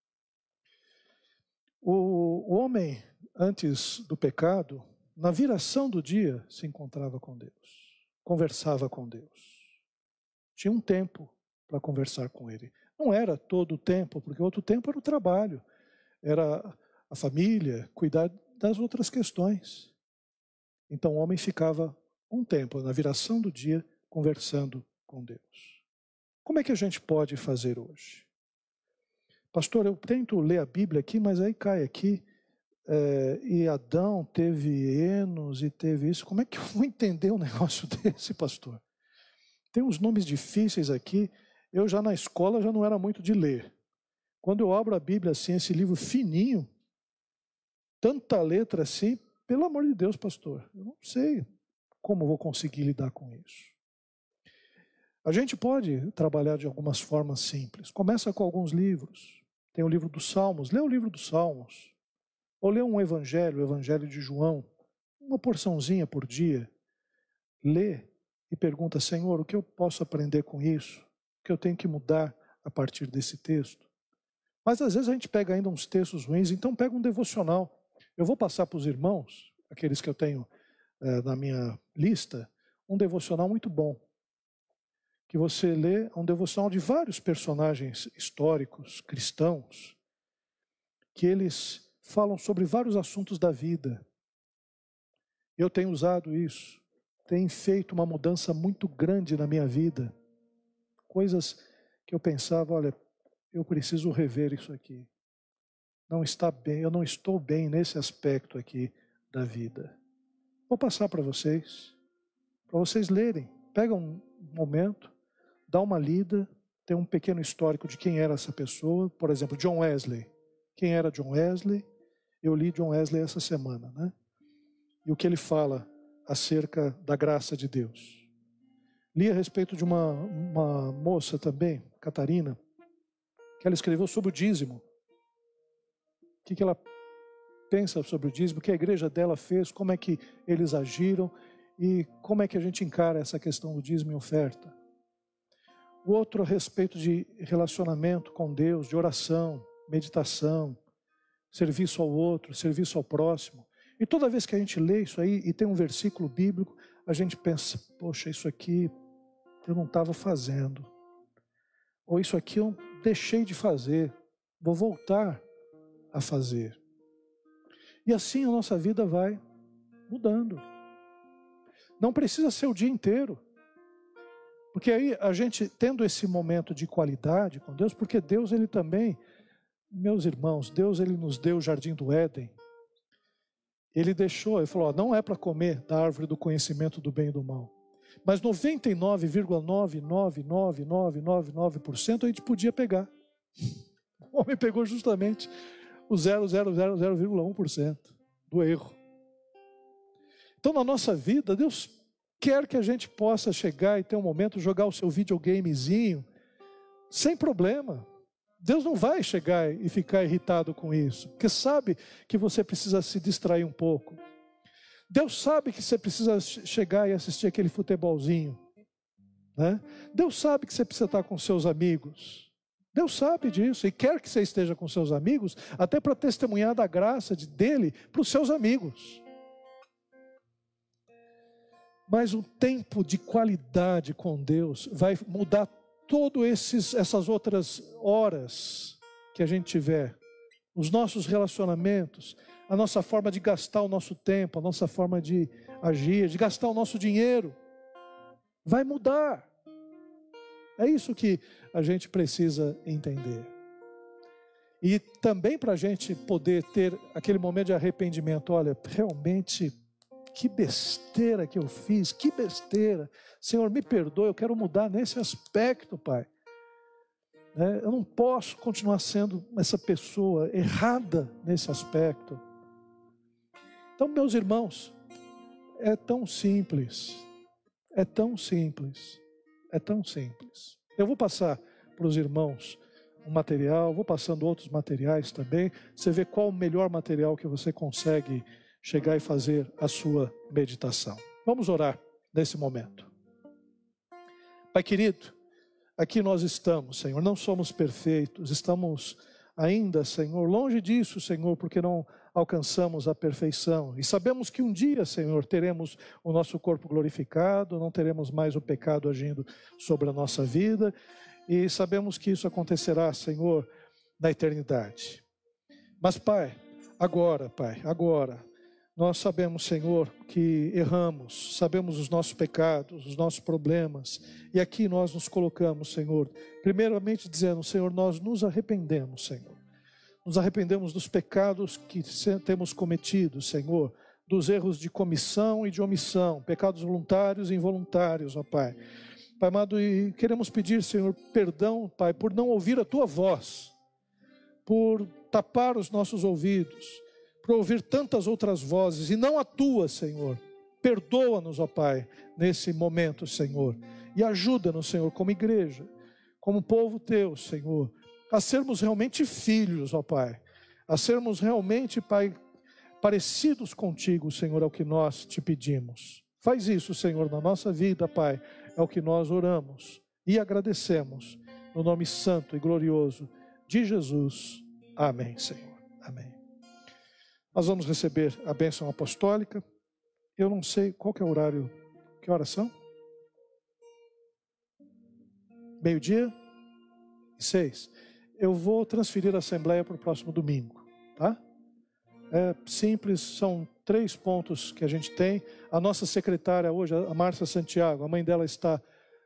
O homem, antes do pecado, na viração do dia, se encontrava com Deus, conversava com Deus. Tinha um tempo para conversar com Ele. Não era todo o tempo, porque outro tempo era o trabalho, era a família, cuidar das outras questões. Então o homem ficava um tempo, na viração do dia, conversando com Deus. Como é que a gente pode fazer hoje? Pastor, eu tento ler a Bíblia aqui, mas aí cai aqui, e Adão teve Enos e teve isso. Como é que eu vou entender um negócio desse, pastor? Tem uns nomes difíceis aqui. Eu já na escola já não era muito de ler. Quando eu abro a Bíblia assim, esse livro fininho, tanta letra assim, pelo amor de Deus, pastor, eu não sei como vou conseguir lidar com isso. A gente pode trabalhar de algumas formas simples. Começa com alguns livros. Tem o livro dos Salmos, lê o livro dos Salmos. Ou lê um evangelho, o Evangelho de João, uma porçãozinha por dia. Lê e pergunta: Senhor, o que eu posso aprender com isso? O que eu tenho que mudar a partir desse texto? Mas às vezes a gente pega ainda uns textos ruins, então pega um devocional. Eu vou passar para os irmãos, aqueles que eu tenho na minha lista, um devocional muito bom. Que você lê, um devocional de vários personagens históricos, cristãos, que eles falam sobre vários assuntos da vida. Eu tenho usado isso, tem feito uma mudança muito grande na minha vida. Coisas que eu pensava, olha, eu preciso rever isso aqui. Não está bem, eu não estou bem nesse aspecto aqui da vida. Vou passar para vocês. para vocês lerem. Pega um momento, dá uma lida, tem um pequeno histórico de quem era essa pessoa. Por exemplo, John Wesley. Quem era John Wesley? Eu li John Wesley essa semana, né? E o que ele fala acerca da graça de Deus. Li a respeito de uma moça também, Catarina, que ela escreveu sobre o dízimo. O que ela pensa sobre o dízimo, o que a igreja dela fez, como é que eles agiram e como é que a gente encara essa questão do dízimo e oferta. O outro a respeito de relacionamento com Deus, de oração, meditação, serviço ao outro, serviço ao próximo. E toda vez que a gente lê isso aí e tem um versículo bíblico, a gente pensa, poxa, isso aqui eu não estava fazendo. Ou isso aqui eu deixei de fazer, vou voltar a fazer. E assim a nossa vida vai mudando. Não precisa ser o dia inteiro. Porque aí a gente tendo esse momento de qualidade com Deus, porque Deus ele também, meus irmãos, Deus ele nos deu o jardim do Éden. Ele deixou, ele falou, não é para comer da árvore do conhecimento do bem e do mal. Mas 99,99999% a gente podia pegar. O homem pegou justamente o 0,000,1% do erro. Então na nossa vida, Deus quer que a gente possa chegar e ter um momento, jogar o seu videogamezinho, sem problema. Deus não vai chegar e ficar irritado com isso, porque sabe que você precisa se distrair um pouco. Deus sabe que você precisa chegar e assistir aquele futebolzinho, né? Deus sabe que você precisa estar com seus amigos. Deus sabe disso e quer que você esteja com seus amigos, até para testemunhar da graça dele para os seus amigos. Mas um tempo de qualidade com Deus vai mudar todas essas outras horas que a gente tiver, os nossos relacionamentos, a nossa forma de gastar o nosso tempo, a nossa forma de agir, de gastar o nosso dinheiro, vai mudar. É isso que a gente precisa entender. E também para a gente poder ter aquele momento de arrependimento, olha, realmente, que besteira que eu fiz, que besteira. Senhor, me perdoe, eu quero mudar nesse aspecto, Pai. Eu não posso continuar sendo essa pessoa errada nesse aspecto. Então, meus irmãos, é tão simples, é tão simples, é tão simples. Eu vou passar para os irmãos um material, vou passando outros materiais também. Você vê qual o melhor material que você consegue chegar e fazer a sua meditação. Vamos orar nesse momento. Pai querido, aqui nós estamos, Senhor, não somos perfeitos, estamos ainda, Senhor, longe disso, Senhor, porque não alcançamos a perfeição. E sabemos que um dia, Senhor, teremos o nosso corpo glorificado, não teremos mais o pecado agindo sobre a nossa vida, e sabemos que isso acontecerá, Senhor, na eternidade. Mas, Pai, agora, nós sabemos, Senhor, que erramos, sabemos os nossos pecados, os nossos problemas, e aqui nós nos colocamos, Senhor, primeiramente dizendo, Senhor, nós nos arrependemos, Senhor. Nos arrependemos dos pecados que temos cometido, Senhor, dos erros de comissão e de omissão, pecados voluntários e involuntários, ó Pai. Pai amado, e queremos pedir, Senhor, perdão, Pai, por não ouvir a Tua voz, por tapar os nossos ouvidos, por ouvir tantas outras vozes e não a Tua, Senhor. Perdoa-nos, ó Pai, nesse momento, Senhor, e ajuda-nos, Senhor, como igreja, como povo Teu, Senhor, a sermos realmente filhos, ó Pai, a sermos realmente, Pai, parecidos contigo, Senhor, é o que nós te pedimos. Faz isso, Senhor, na nossa vida, Pai, é o que nós oramos e agradecemos, no nome santo e glorioso de Jesus. Amém, Senhor. Amém. Nós vamos receber a bênção apostólica. Eu não sei qual que é o horário, que horas são? 12:06. Eu vou transferir a assembleia para o próximo domingo, tá? É simples, são 3 pontos que a gente tem. A nossa secretária hoje, a Márcia Santiago, a mãe dela está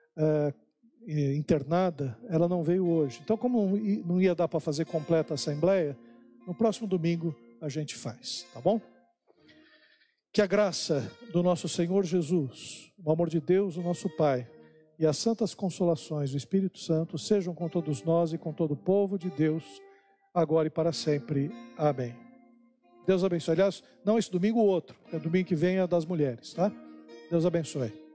internada, ela não veio hoje. Então, como não ia dar para fazer completa a assembleia, no próximo domingo a gente faz, tá bom? Que a graça do nosso Senhor Jesus, o amor de Deus, o nosso Pai, e as santas consolações do Espírito Santo sejam com todos nós e com todo o povo de Deus, agora e para sempre. Amém. Deus abençoe. Aliás, não esse domingo, o outro. É domingo que vem, é das mulheres, tá? Deus abençoe.